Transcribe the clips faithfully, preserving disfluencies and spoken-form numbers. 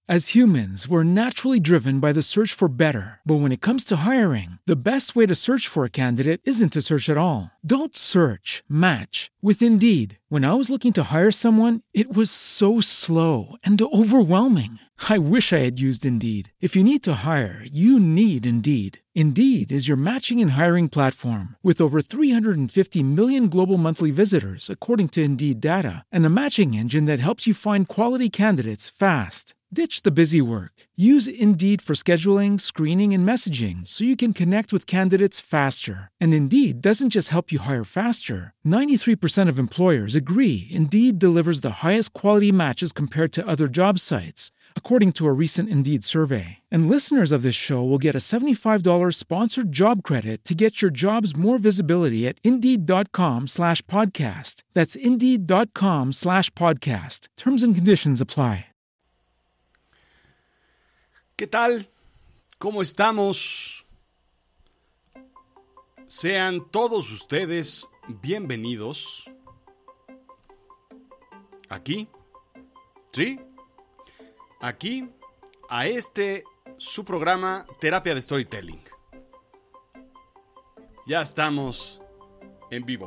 As humans, we're naturally driven by the search for better. But when it comes to hiring, the best way to search for a candidate isn't to search at all. Don't search, match with Indeed. When I was looking to hire someone, it was so slow and overwhelming. I wish I had used Indeed. If you need to hire, you need Indeed. Indeed is your matching and hiring platform with over three hundred fifty million global monthly visitors, according to Indeed data, and a matching engine that helps you find quality candidates fast. Ditch the busy work. Use Indeed for scheduling, screening, and messaging so you can connect with candidates faster. And Indeed doesn't just help you hire faster. ninety-three percent of employers agree Indeed delivers the highest quality matches compared to other job sites, according to a recent Indeed survey. And listeners of this show will get a seventy-five dollars sponsored job credit to get your jobs more visibility at Indeed.com slash podcast. That's Indeed.com slash podcast. Terms and conditions apply. ¿Qué tal? ¿Cómo estamos? Sean todos ustedes bienvenidos aquí, ¿sí? Aquí, a este, su programa Terapia de Storytelling. Ya estamos en vivo.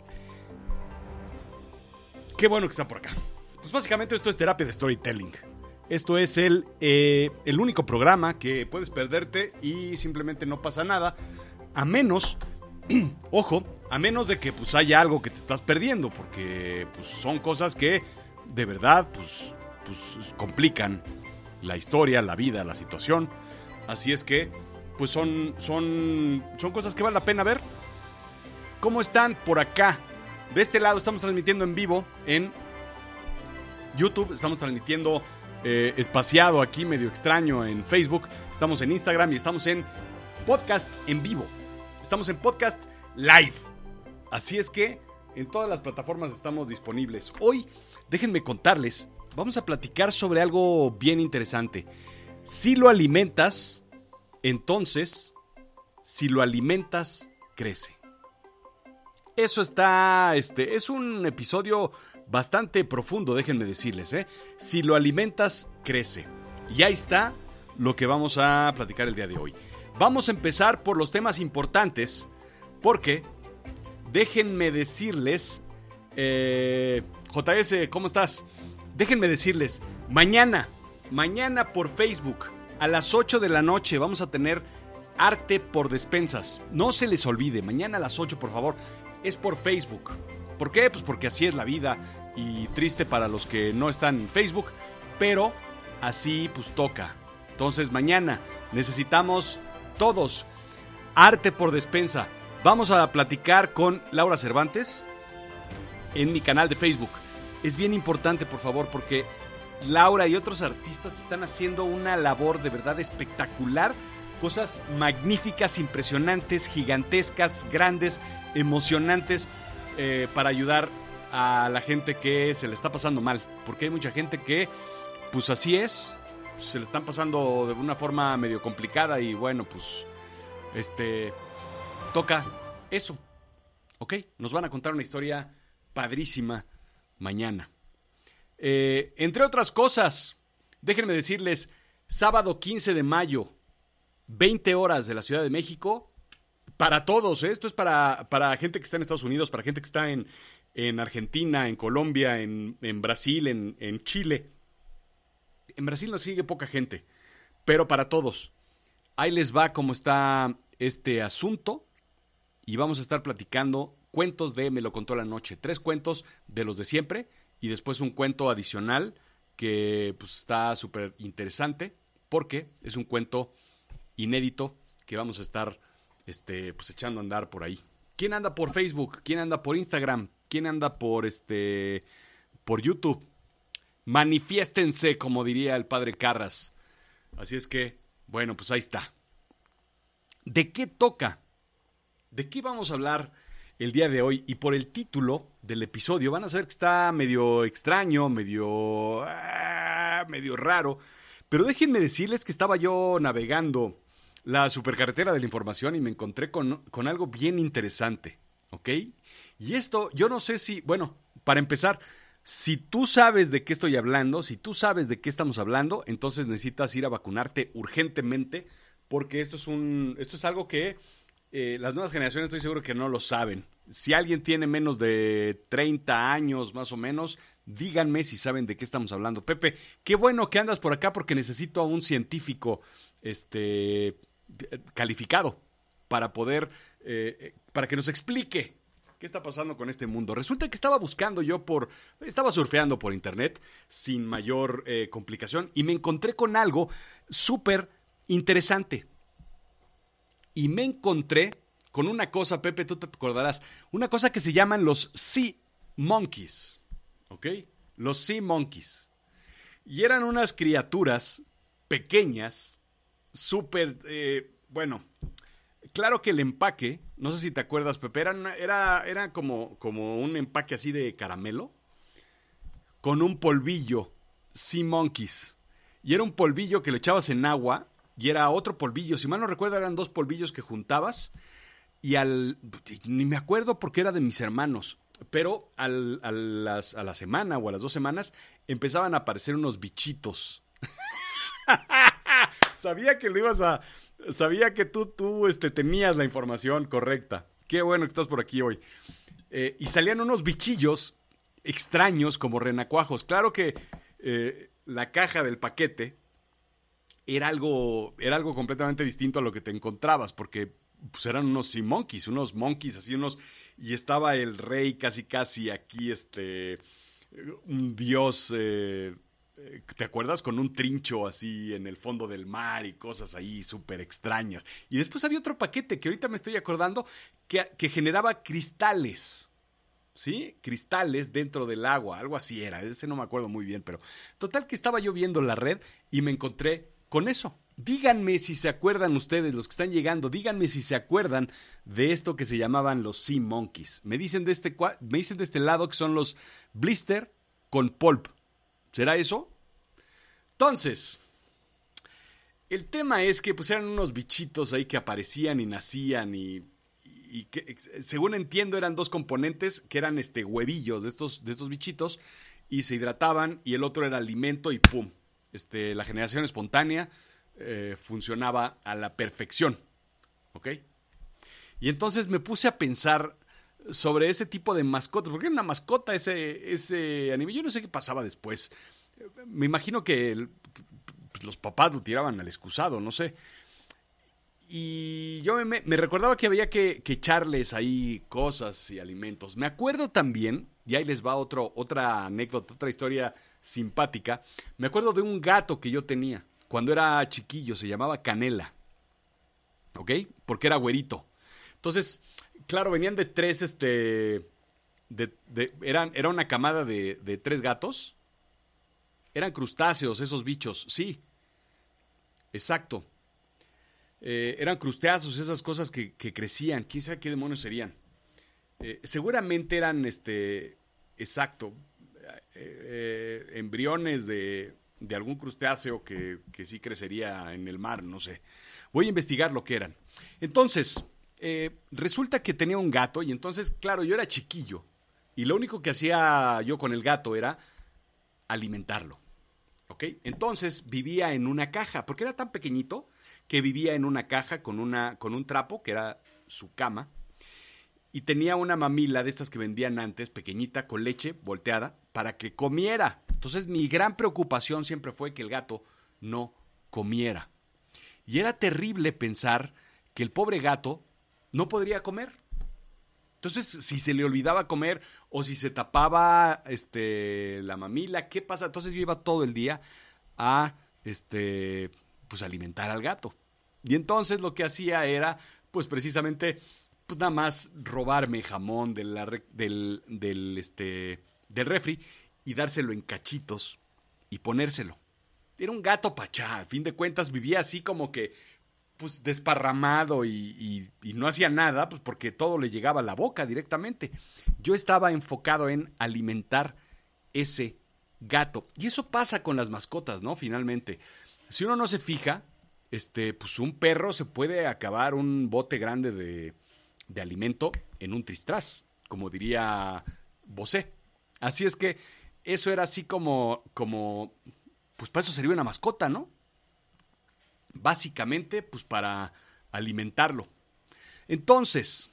Qué bueno que está por acá. Pues básicamente esto es Terapia de Storytelling. Esto es el, eh, el único programa que puedes perderte y simplemente no pasa nada, a menos, ojo, a menos de que pues haya algo que te estás perdiendo, porque pues son cosas que de verdad pues, pues complican la historia, la vida, la situación. Así es que pues son, son, son cosas que vale la pena ver. ¿Cómo están por acá? De este lado estamos transmitiendo en vivo en YouTube, estamos transmitiendo Eh, espaciado aquí, medio extraño en Facebook. Estamos en Instagram y estamos en podcast en vivo. Estamos en podcast live. Así es que en todas las plataformas estamos disponibles. Hoy, déjenme contarles, vamos a platicar sobre algo bien interesante. Si lo alimentas, entonces, si lo alimentas, crece. Eso está, este, es un episodio bastante profundo, déjenme decirles, ¿eh? Si lo alimentas, crece. Y ahí está lo que vamos a platicar el día de hoy. Vamos a empezar por los temas importantes, porque déjenme decirles, eh, J S, ¿cómo estás? Déjenme decirles, mañana, mañana por Facebook, a las ocho de la noche, vamos a tener Arte por Despensas. No se les olvide, mañana a las ocho, por favor, es por Facebook. ¿Por qué? Pues porque así es la vida y triste para los que no están en Facebook, pero así pues toca. Entonces mañana necesitamos todos Arte por Despensa. Vamos a platicar con Laura Cervantes en mi canal de Facebook. Es bien importante, por favor, porque Laura y otros artistas están haciendo una labor de verdad espectacular. Cosas magníficas, impresionantes, gigantescas, grandes, emocionantes. Eh, para ayudar a la gente que se le está pasando mal, porque hay mucha gente que pues así es, se le están pasando de una forma medio complicada y bueno, pues este toca eso, ¿ok? Nos van a contar una historia padrísima mañana. Eh, entre otras cosas, déjenme decirles, sábado quince de mayo, veinte horas de la Ciudad de México. Para todos, ¿eh? Esto es para, para gente que está en Estados Unidos, para gente que está en, en Argentina, en Colombia, en, en Brasil, en, en Chile. En Brasil nos sigue poca gente, pero para todos. Ahí les va cómo está este asunto y vamos a estar platicando cuentos de Me lo contó la noche. Tres cuentos de los de siempre y después un cuento adicional que pues, está súper interesante porque es un cuento inédito que vamos a estar Este, pues echando a andar por ahí. ¿Quién anda por Facebook? ¿Quién anda por Instagram? ¿Quién anda por este por YouTube? Manifiéstense, como diría el padre Carras. Así es que, bueno, pues ahí está. ¿De qué toca? ¿De qué vamos a hablar el día de hoy? Y por el título del episodio van a saber que está medio extraño, medio ah, medio raro, pero déjenme decirles que estaba yo navegando la supercarretera de la información y me encontré con, con algo bien interesante, ¿ok? Y esto, yo no sé si, bueno, para empezar, Si tú sabes de qué estoy hablando, si tú sabes de qué estamos hablando, entonces necesitas ir a vacunarte urgentemente, porque esto es un, esto es algo que eh, las nuevas generaciones estoy seguro que no lo saben. Si alguien tiene menos de treinta años más o menos, díganme si saben de qué estamos hablando. Pepe, qué bueno que andas por acá porque necesito a un científico este, calificado para poder, eh, para que nos explique qué está pasando con este mundo. Resulta que estaba buscando yo por, estaba surfeando por internet sin mayor eh, complicación y me encontré con algo súper interesante. Y me encontré con una cosa, Pepe, tú te acordarás, una cosa que se llaman los Sea Monkeys, ¿ok? Los Sea Monkeys. Y eran unas criaturas pequeñas, súper, eh, bueno, claro que el empaque, no sé si te acuerdas, Pepe, era, una, era, era como, como un empaque así de caramelo, con un polvillo, Sea Monkeys. Y era un polvillo que lo echabas en agua, y era otro polvillo, si mal no recuerdo eran dos polvillos que juntabas, y al, ni me acuerdo porque era de mis hermanos, pero al, a, las, a la semana o a las dos semanas empezaban a aparecer unos bichitos. Sabía que lo ibas a, sabía que tú, tú este, tenías la información correcta. Qué bueno que estás por aquí hoy. Eh, y salían unos bichillos extraños como renacuajos. Claro que eh, la caja del paquete era algo, era algo completamente distinto a lo que te encontrabas, porque pues, eran unos sea monkeys, unos monkeys así, unos, y estaba el rey casi casi aquí, este, un dios, eh, ¿te acuerdas? Con un trincho así en el fondo del mar y cosas ahí súper extrañas. Y después había otro paquete que ahorita me estoy acordando que, que generaba cristales, ¿sí? Cristales dentro del agua, algo así era, ese no me acuerdo muy bien, pero total que estaba yo viendo la red y me encontré con eso. Díganme si se acuerdan ustedes, los que están llegando, díganme si se acuerdan de esto que se llamaban los Sea Monkeys. Me dicen de este, me dicen de este lado que son los blister con pulp. ¿Será eso? Entonces, el tema es que pues eran unos bichitos ahí que aparecían y nacían y, y que según entiendo eran dos componentes que eran este huevillos de estos, de estos bichitos y se hidrataban y el otro era alimento y pum. Este, la generación espontánea eh, funcionaba a la perfección, ¿ok? Y entonces me puse a pensar sobre ese tipo de mascotas, porque era una mascota ese, ese anime. Yo no sé qué pasaba después. Me imagino que el, pues los papás lo tiraban al excusado, no sé. Y yo me, me recordaba que había que, que echarles ahí cosas y alimentos. Me acuerdo también, y ahí les va otro, otra anécdota, otra historia simpática. Me acuerdo de un gato que yo tenía cuando era chiquillo, se llamaba Canela, ¿ok? Porque era güerito. Entonces, claro, venían de tres, este, de, de, eran, era una camada de, de tres gatos. Eran crustáceos esos bichos, sí, exacto. Eh, eran crustáceos, esas cosas que, que crecían. ¿Quién sabe qué demonios serían? Eh, seguramente eran, este, exacto, eh, eh, embriones de, de algún crustáceo que, que sí crecería en el mar, no sé. Voy a investigar lo que eran. Entonces, eh, resulta que tenía un gato y entonces, claro, yo era chiquillo y lo único que hacía yo con el gato era alimentarlo, ¿ok? Entonces vivía en una caja, porque era tan pequeñito que vivía en una caja con, una, con un trapo, que era su cama, y tenía una mamila de estas que vendían antes, pequeñita, con leche volteada, para que comiera. Entonces mi gran preocupación siempre fue que el gato no comiera. Y era terrible pensar que el pobre gato no podría comer. Entonces, si se le olvidaba comer o si se tapaba este, la mamila, ¿qué pasa? Entonces yo iba todo el día a este, pues, alimentar al gato. Y entonces lo que hacía era, pues precisamente, pues nada más robarme jamón de la, del, del, este, del refri y dárselo en cachitos y ponérselo. Era un gato pachá, al fin de cuentas vivía así como que pues desparramado y, y, y no hacía nada, pues porque todo le llegaba a la boca directamente. Yo estaba enfocado en alimentar ese gato. Y eso pasa con las mascotas, ¿no? Finalmente. Si uno no se fija, este, pues un perro se puede acabar un bote grande de, de alimento en un tristraz, como diría Bosé. Así es que eso era así como, como, pues para eso servía una mascota, ¿no? Básicamente, pues para alimentarlo. Entonces,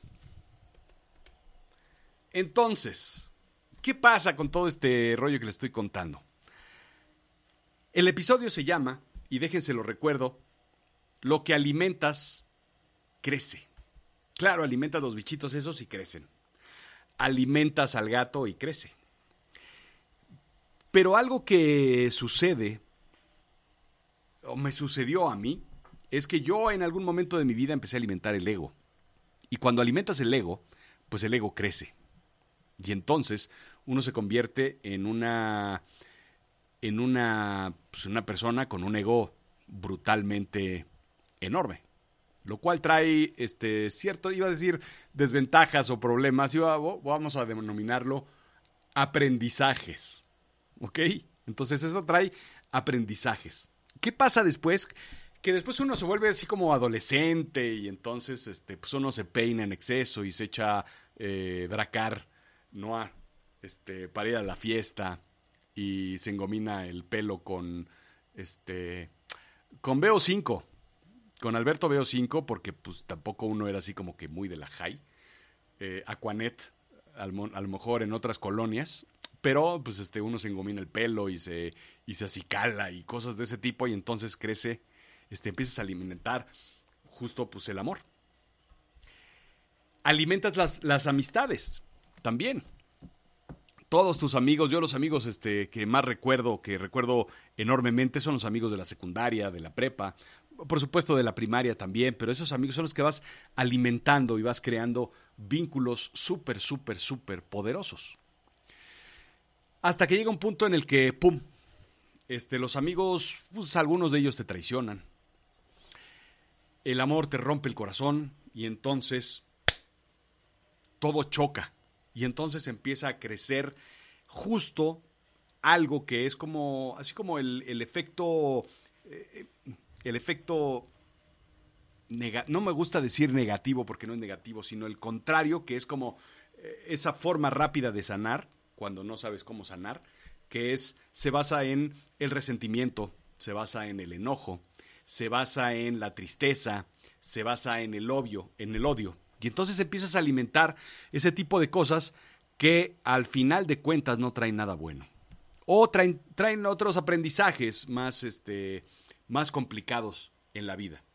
entonces, ¿qué pasa con todo este rollo que les estoy contando? El episodio se llama, y déjense lo recuerdo, lo que alimentas crece. Claro, alimentas los bichitos esos y crecen. Alimentas al gato y crece. Pero algo que sucede, o me sucedió a mí, es que yo en algún momento de mi vida empecé a alimentar el ego. Y cuando alimentas el ego, pues el ego crece. Y entonces uno se convierte en una, en una, pues una persona con un ego brutalmente enorme. Lo cual trae este, cierto, iba a decir, desventajas o problemas. Iba, vamos a denominarlo aprendizajes. ¿Ok? Entonces eso trae aprendizajes. ¿Qué pasa después? Que después uno se vuelve así como adolescente y entonces este, pues uno se peina en exceso y se echa eh, dracar, ¿no? A, este, para ir a la fiesta y se engomina el pelo con, este, con B O cinco. Con Alberto B O cinco, porque pues tampoco uno era así como que muy de la high. Eh, Aquanet, a lo mejor en otras colonias. Pero pues este, uno se engomina el pelo y se, y se acicala y cosas de ese tipo. Y entonces crece, este, empiezas a alimentar justo pues el amor. Alimentas las, las amistades también. Todos tus amigos, yo los amigos este, que más recuerdo, que recuerdo enormemente, son los amigos de la secundaria, de la prepa. Por supuesto de la primaria también, pero esos amigos son los que vas alimentando y vas creando vínculos súper, súper, súper poderosos. Hasta que llega un punto en el que, ¡pum!, este, los amigos, pues algunos de ellos te traicionan. El amor te rompe el corazón y entonces todo choca. Y entonces empieza a crecer justo algo que es como, así como el, el efecto... Eh, El efecto, nega- no me gusta decir negativo porque no es negativo, sino el contrario, que es como eh, esa forma rápida de sanar, cuando no sabes cómo sanar, que es, se basa en el resentimiento, se basa en el enojo, se basa en la tristeza, se basa en el odio, en el odio. Y entonces empiezas a alimentar ese tipo de cosas que al final de cuentas no traen nada bueno. O traen, traen otros aprendizajes más, este... más complicados en la vida.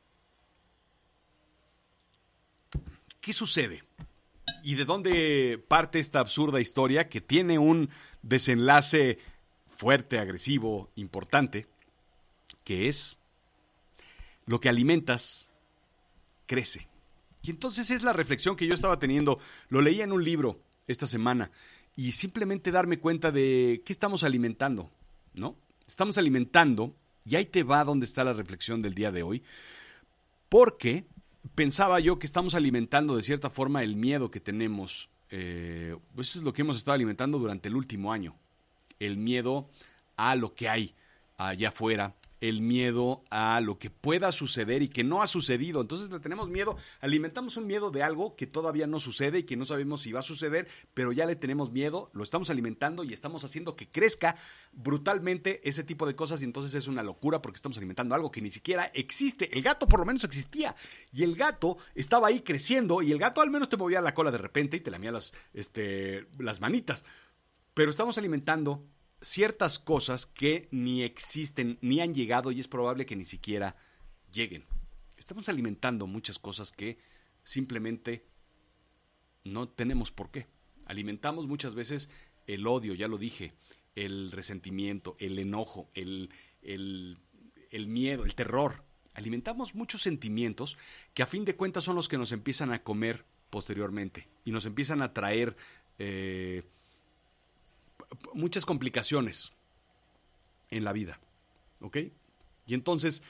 ¿Qué sucede? ¿Y de dónde parte esta absurda historia que tiene un desenlace fuerte, agresivo, importante? Que es lo que alimentas crece. Y entonces es la reflexión que yo estaba teniendo. Lo leí en un libro esta semana y simplemente darme cuenta de qué estamos alimentando, ¿no? Estamos alimentando. Y ahí te va donde está la reflexión del día de hoy, porque pensaba yo que estamos alimentando de cierta forma el miedo que tenemos, eh, eso es lo que hemos estado alimentando durante el último año, el miedo a lo que hay allá afuera, el miedo a lo que pueda suceder y que no ha sucedido. Entonces le tenemos miedo, alimentamos un miedo de algo que todavía no sucede y que no sabemos si va a suceder, pero ya le tenemos miedo, lo estamos alimentando y estamos haciendo que crezca brutalmente ese tipo de cosas y entonces es una locura porque estamos alimentando algo que ni siquiera existe. El gato por lo menos existía y el gato estaba ahí creciendo y el gato al menos te movía la cola de repente y te lamía las, este, las manitas, pero estamos alimentando ciertas cosas que ni existen, ni han llegado y es probable que ni siquiera lleguen. Estamos alimentando muchas cosas que simplemente no tenemos por qué. Alimentamos muchas veces el odio, ya lo dije, el resentimiento, el enojo, el, el, el miedo, el terror. Alimentamos muchos sentimientos que a fin de cuentas son los que nos empiezan a comer posteriormente y nos empiezan a traer eh, muchas complicaciones en la vida, ¿ok? Y entonces,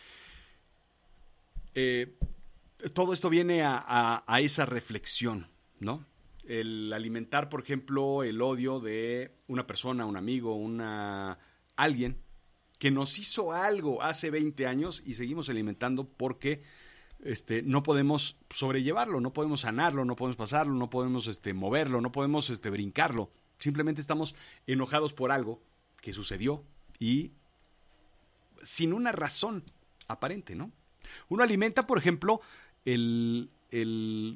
eh, todo esto viene a, a, a esa reflexión, ¿no? El alimentar, por ejemplo, el odio de una persona, un amigo, una alguien que nos hizo algo hace veinte años y seguimos alimentando porque este, no podemos sobrellevarlo, no podemos sanarlo, no podemos pasarlo, no podemos este, moverlo, no podemos este, brincarlo. Simplemente estamos enojados por algo que sucedió y sin una razón aparente, ¿no? Uno alimenta, por ejemplo, el... el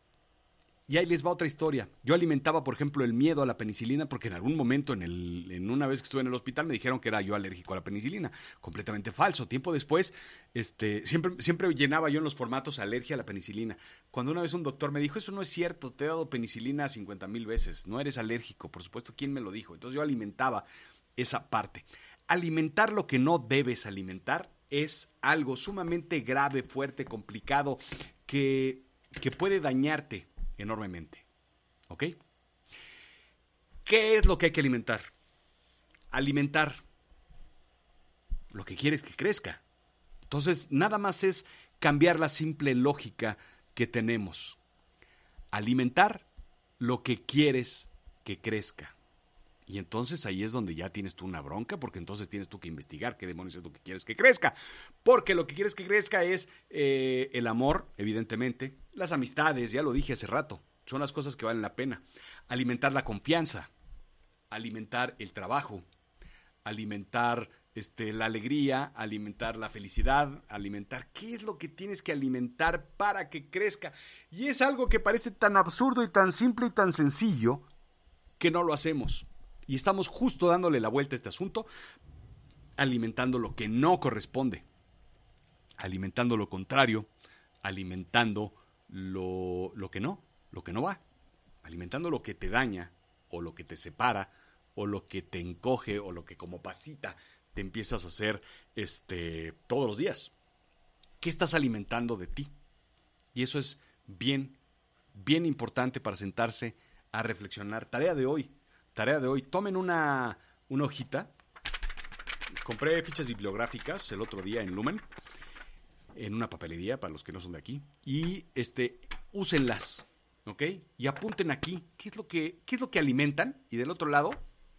y ahí les va otra historia. Yo alimentaba, por ejemplo, el miedo a la penicilina porque en algún momento, en, el, en una vez que estuve en el hospital, me dijeron que era yo alérgico a la penicilina. Completamente falso. Tiempo después, este, siempre, siempre llenaba yo en los formatos alergia a la penicilina. Cuando una vez un doctor me dijo, eso no es cierto, te he dado penicilina cincuenta mil veces, no eres alérgico. Por supuesto, ¿quién me lo dijo? Entonces yo alimentaba esa parte. Alimentar lo que no debes alimentar es algo sumamente grave, fuerte, complicado, que, que puede dañarte enormemente. ¿Ok? ¿Qué es lo que hay que alimentar? Alimentar lo que quieres que crezca. Entonces, nada más es cambiar la simple lógica que tenemos. Alimentar lo que quieres que crezca. Y entonces ahí es donde ya tienes tú una bronca, porque entonces tienes tú que investigar qué demonios es lo que quieres que crezca. Porque lo que quieres que crezca es eh, el amor, evidentemente, las amistades, ya lo dije hace rato, son las cosas que valen la pena. Alimentar la confianza, alimentar el trabajo, alimentar este, la alegría, alimentar la felicidad, alimentar qué es lo que tienes que alimentar para que crezca. Y es algo que parece tan absurdo y tan simple y tan sencillo que no lo hacemos. Y estamos justo dándole la vuelta a este asunto, alimentando lo que no corresponde, alimentando lo contrario, alimentando lo, lo que no, lo que no va, alimentando lo que te daña, o lo que te separa, o lo que te encoge, o lo que como pasita te empiezas a hacer este, todos los días. ¿Qué estás alimentando de ti? Y eso es bien, bien importante para sentarse a reflexionar. Tarea de hoy. Tarea de hoy, tomen una, una hojita. Compré fichas bibliográficas el otro día en Lumen, en una papelería para los que no son de aquí, y este, úsenlas, ¿ok? Y apunten aquí qué es lo que, qué es lo que alimentan, y del otro lado,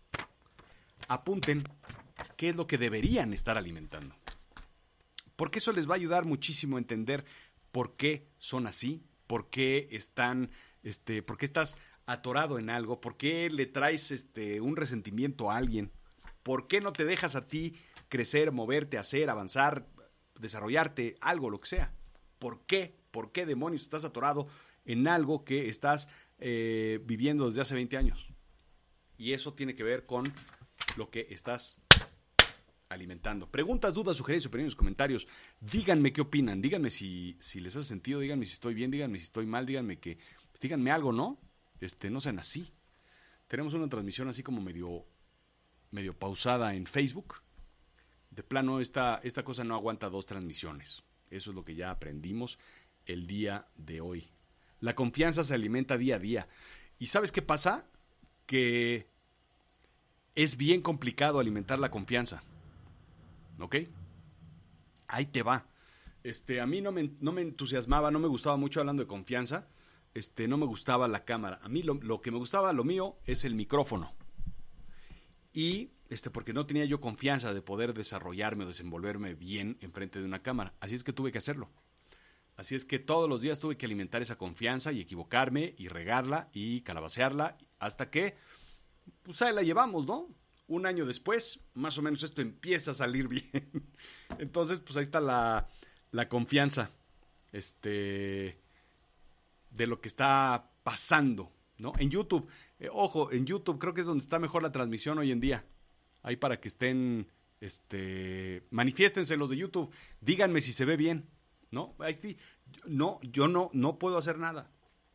apunten qué es lo que deberían estar alimentando. Porque eso les va a ayudar muchísimo a entender por qué son así, por qué están, este, por qué estás atorado en algo, por qué le traes este, un resentimiento a alguien, por qué no te dejas a ti crecer, moverte, hacer, avanzar, desarrollarte, algo, lo que sea. ¿Por qué? ¿Por qué demonios estás atorado en algo que estás eh, viviendo desde hace veinte años? Y eso tiene que ver con lo que estás alimentando. Preguntas, dudas, sugerencias, opiniones, comentarios. Díganme qué opinan, díganme si, si les hace sentido, díganme si estoy bien, díganme si estoy mal, díganme que, pues, díganme algo, ¿no? Este, no sean así. Tenemos una transmisión así como medio, medio pausada en Facebook. De plano, esta, esta cosa no aguanta dos transmisiones. Eso es lo que ya aprendimos el día de hoy. La confianza se alimenta día a día. ¿Y sabes qué pasa? Que es bien complicado alimentar la confianza. ¿Ok? Ahí te va. Este, a mí no me, no me entusiasmaba, no me gustaba mucho hablando de confianza. Este, no me gustaba la cámara. A mí lo, lo que me gustaba, lo mío, es el micrófono. Y este, porque no tenía yo confianza de poder desarrollarme o desenvolverme bien enfrente de una cámara. Así es que tuve que hacerlo. Así es que todos los días tuve que alimentar esa confianza y equivocarme y regarla y calabacearla hasta que, pues ahí la llevamos, ¿no? Un año después, más o menos esto empieza a salir bien. Entonces, pues ahí está la, la confianza. Este... de lo que está pasando, ¿no? En YouTube, eh, ojo, en YouTube creo que es donde está mejor la transmisión hoy en día. Ahí para que estén, este, manifiéstense los de YouTube, díganme si se ve bien, ¿no? Ahí sí, no, yo no, no puedo hacer nada.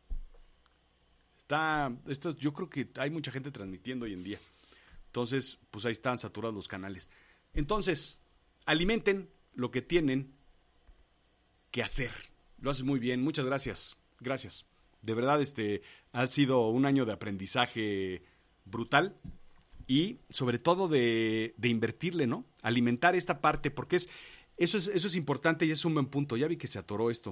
Está, esto, yo creo que hay mucha gente transmitiendo hoy en día. Entonces, pues ahí están saturados los canales. Entonces, alimenten lo que tienen que hacer. Lo haces muy bien, muchas gracias. Gracias. De verdad, este ha sido un año de aprendizaje brutal y sobre todo de, de invertirle, ¿no? Alimentar esta parte, porque es eso es eso es importante y es un buen punto. Ya vi que se atoró esto.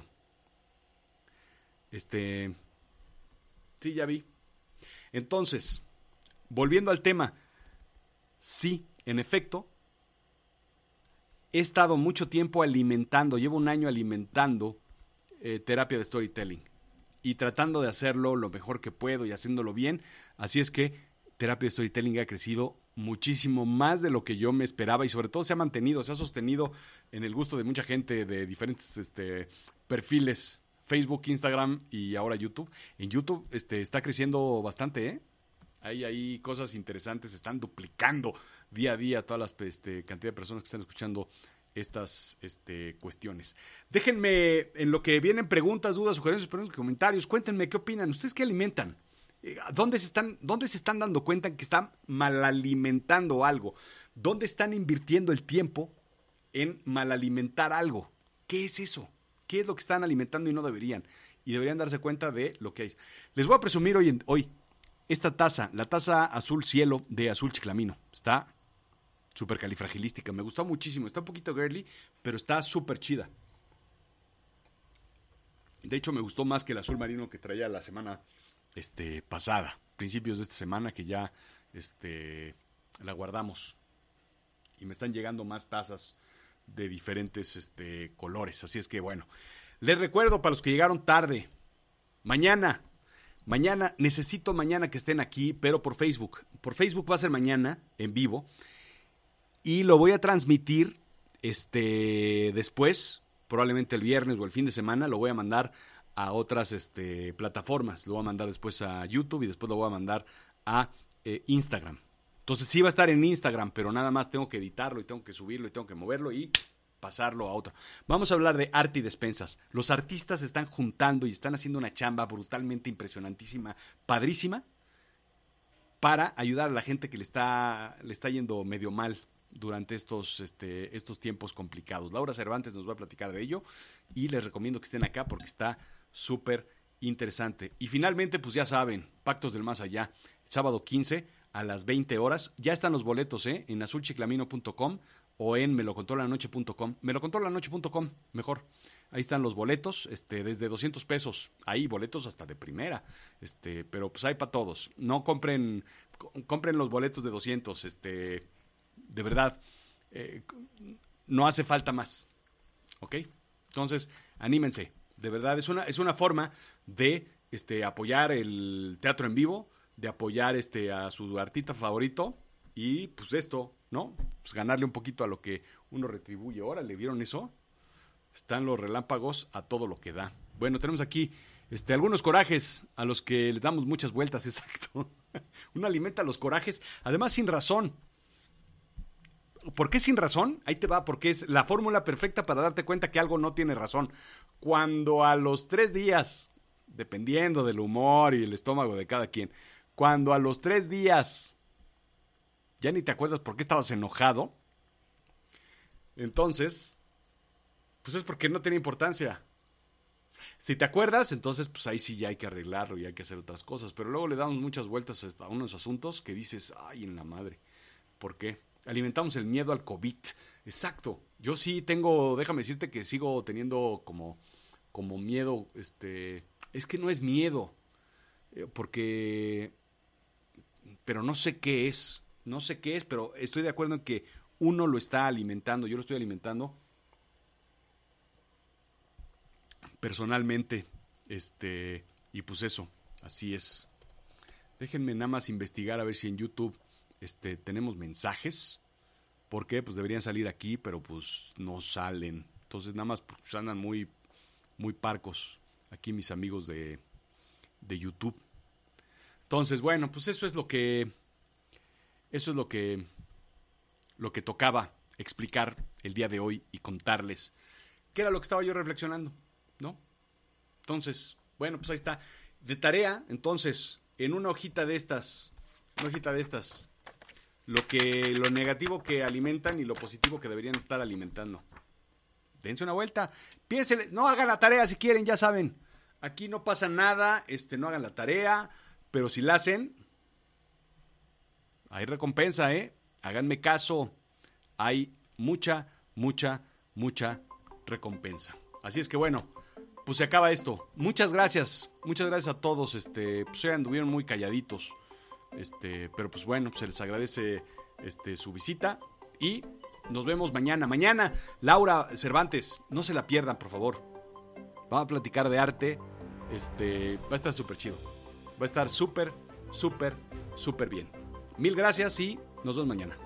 Este sí, ya vi. Entonces, volviendo al tema, sí, en efecto, he estado mucho tiempo alimentando, llevo un año alimentando eh, terapia de storytelling. Y tratando de hacerlo lo mejor que puedo y haciéndolo bien. Así es que, Terapia de Storytelling ha crecido muchísimo más de lo que yo me esperaba y sobre todo se ha mantenido, se ha sostenido en el gusto de mucha gente de diferentes este, perfiles, Facebook, Instagram y ahora YouTube. En YouTube este, está creciendo bastante, ¿eh? Hay, hay cosas interesantes, se están duplicando día a día todas las este, cantidad de personas que están escuchando estas este, cuestiones. Déjenme, en lo que vienen preguntas, dudas, sugerencias, preguntas, comentarios, cuéntenme qué opinan. ¿Ustedes qué alimentan? ¿Dónde se están, dónde se están dando cuenta que están mal alimentando algo? ¿Dónde están invirtiendo el tiempo en mal alimentar algo? ¿Qué es eso? ¿Qué es lo que están alimentando y no deberían? Y deberían darse cuenta de lo que hay. Les voy a presumir hoy, en, hoy esta taza, la taza azul cielo de Azul Chiclamino. Está súper califragilística. Me gustó muchísimo. Está un poquito girly, pero está súper chida. De hecho, me gustó más que el azul marino que traía la semana este, pasada. Principios de esta semana que ya este, la guardamos. Y me están llegando más tazas de diferentes este, colores. Así es que, bueno. Les recuerdo para los que llegaron tarde. Mañana. Mañana, necesito mañana que estén aquí, pero por Facebook. Por Facebook va a ser mañana, en vivo. Y lo voy a transmitir este, después, probablemente el viernes o el fin de semana. Lo voy a mandar a otras este, plataformas. Lo voy a mandar después a YouTube y después lo voy a mandar a eh, Instagram. Entonces sí va a estar en Instagram, pero nada más tengo que editarlo y tengo que subirlo y tengo que moverlo y pasarlo a otro. Vamos a hablar de arte y despensas. Los artistas se están juntando y están haciendo una chamba brutalmente impresionantísima, padrísima, para ayudar a la gente que le está, le está yendo medio mal durante estos, este, estos tiempos complicados. Laura Cervantes nos va a platicar de ello y les recomiendo que estén acá porque está súper interesante. Y finalmente, pues ya saben, Pactos del Más Allá, sábado quince a las veinte horas. Ya están los boletos, ¿eh? En azul chiclamino punto com o en me lo contó la noche punto com. me lo contó la noche punto com, mejor. Ahí están los boletos, este, desde doscientos pesos. Hay boletos hasta de primera, este, pero pues hay para todos. No compren, compren los boletos de doscientos, este, de verdad, eh, no hace falta más, ¿ok? Entonces, anímense, de verdad, es una, es una forma de este, apoyar el teatro en vivo, de apoyar este, a su artista favorito y pues esto, ¿no? Pues ganarle un poquito a lo que uno retribuye. Órale, ¿vieron eso? Están los relámpagos a todo lo que da. Bueno, tenemos aquí este, algunos corajes a los que les damos muchas vueltas, exacto. Uno alimenta los corajes, además sin razón. ¿Por qué sin razón? Ahí te va, porque es la fórmula perfecta para darte cuenta que algo no tiene razón. Cuando a los tres días, dependiendo del humor y el estómago de cada quien, cuando a los tres días ya ni te acuerdas por qué estabas enojado, entonces, pues es porque no tiene importancia. Si te acuerdas, entonces pues ahí sí ya hay que arreglarlo y hay que hacer otras cosas, pero luego le damos muchas vueltas a unos asuntos que dices, ay, en la madre, ¿por qué? Alimentamos el miedo al COVID. Exacto. Yo sí tengo, déjame decirte que sigo teniendo como, como miedo, este, es que no es miedo, porque, pero no sé qué es. No sé qué es, pero estoy de acuerdo en que uno lo está alimentando. Yo lo estoy alimentando personalmente. Este, y pues eso, así es. Déjenme nada más investigar a ver si en YouTube este, tenemos mensajes. ¿Por qué? Pues deberían salir aquí, pero pues no salen. Entonces nada más pues, andan muy, muy parcos aquí mis amigos de, de YouTube. Entonces, bueno, pues eso es lo que... Eso es lo que, lo que tocaba explicar el día de hoy y contarles. ¿Qué era lo que estaba yo reflexionando? ¿No? Entonces, bueno, pues ahí está. De tarea, entonces, en una hojita de estas, una hojita de estas, lo que, lo negativo que alimentan y lo positivo que deberían estar alimentando. Dense una vuelta. Piénsenle, no hagan la tarea si quieren, ya saben. Aquí no pasa nada, este, no hagan la tarea, pero si la hacen... Hay recompensa, ¿eh? Háganme caso. Hay mucha, mucha, mucha recompensa. Así es que bueno, pues se acaba esto. Muchas gracias. Muchas gracias a todos. Este, pues anduvieron muy calladitos. Este, pero pues bueno, pues se les agradece este, su visita. Y nos vemos mañana. Mañana, Laura Cervantes, no se la pierdan, por favor. Vamos a platicar de arte. Este, va a estar súper chido. Va a estar súper, súper, súper bien. Mil gracias y nos vemos mañana.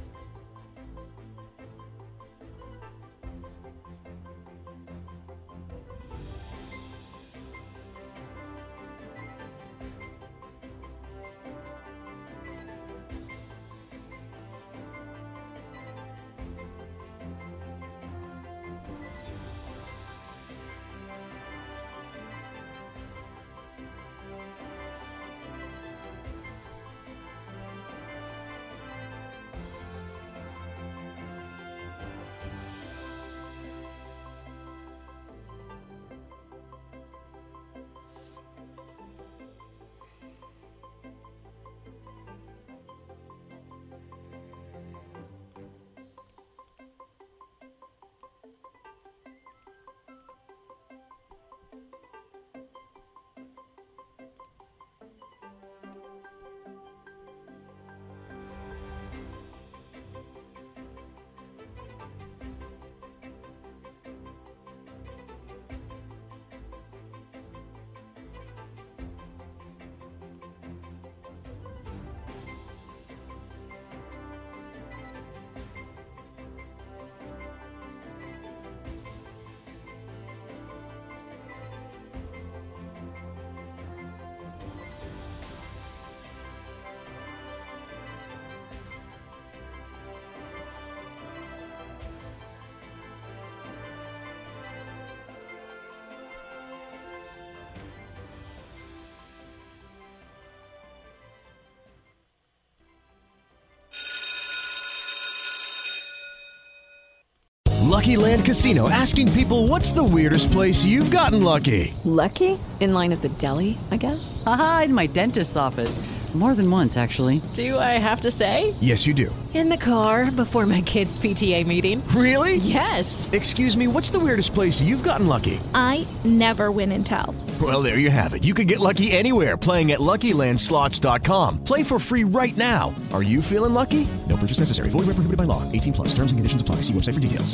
Lucky Land Casino, asking people, what's the weirdest place you've gotten lucky? Lucky? In line at the deli, I guess? Aha, in my dentist's office. More than once, actually. Do I have to say? Yes, you do. In the car before my kids' P T A meeting. Really? Yes. Excuse me, what's the weirdest place you've gotten lucky? I never win and tell. Well, there you have it. You can get lucky anywhere, playing at Lucky Land Slots dot com. Play for free right now. Are you feeling lucky? No purchase necessary. Void where prohibited by law. eighteen plus. Terms and conditions apply. See website for details.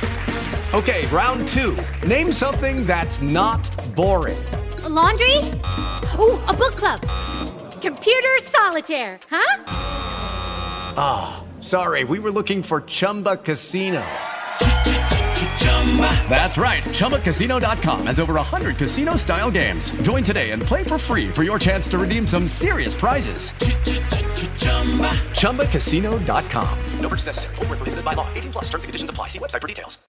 Okay, round two. Name something that's not boring. A laundry? Ooh, a book club. Computer solitaire, huh? Ah, oh, sorry, we were looking for Chumba Casino. That's right, Chumba Casino dot com has over one hundred casino-style games. Join today and play for free for your chance to redeem some serious prizes. Chumba Casino dot com. No purchase necessary. Void where prohibited by law. eighteen plus. Terms and conditions apply. See website for details.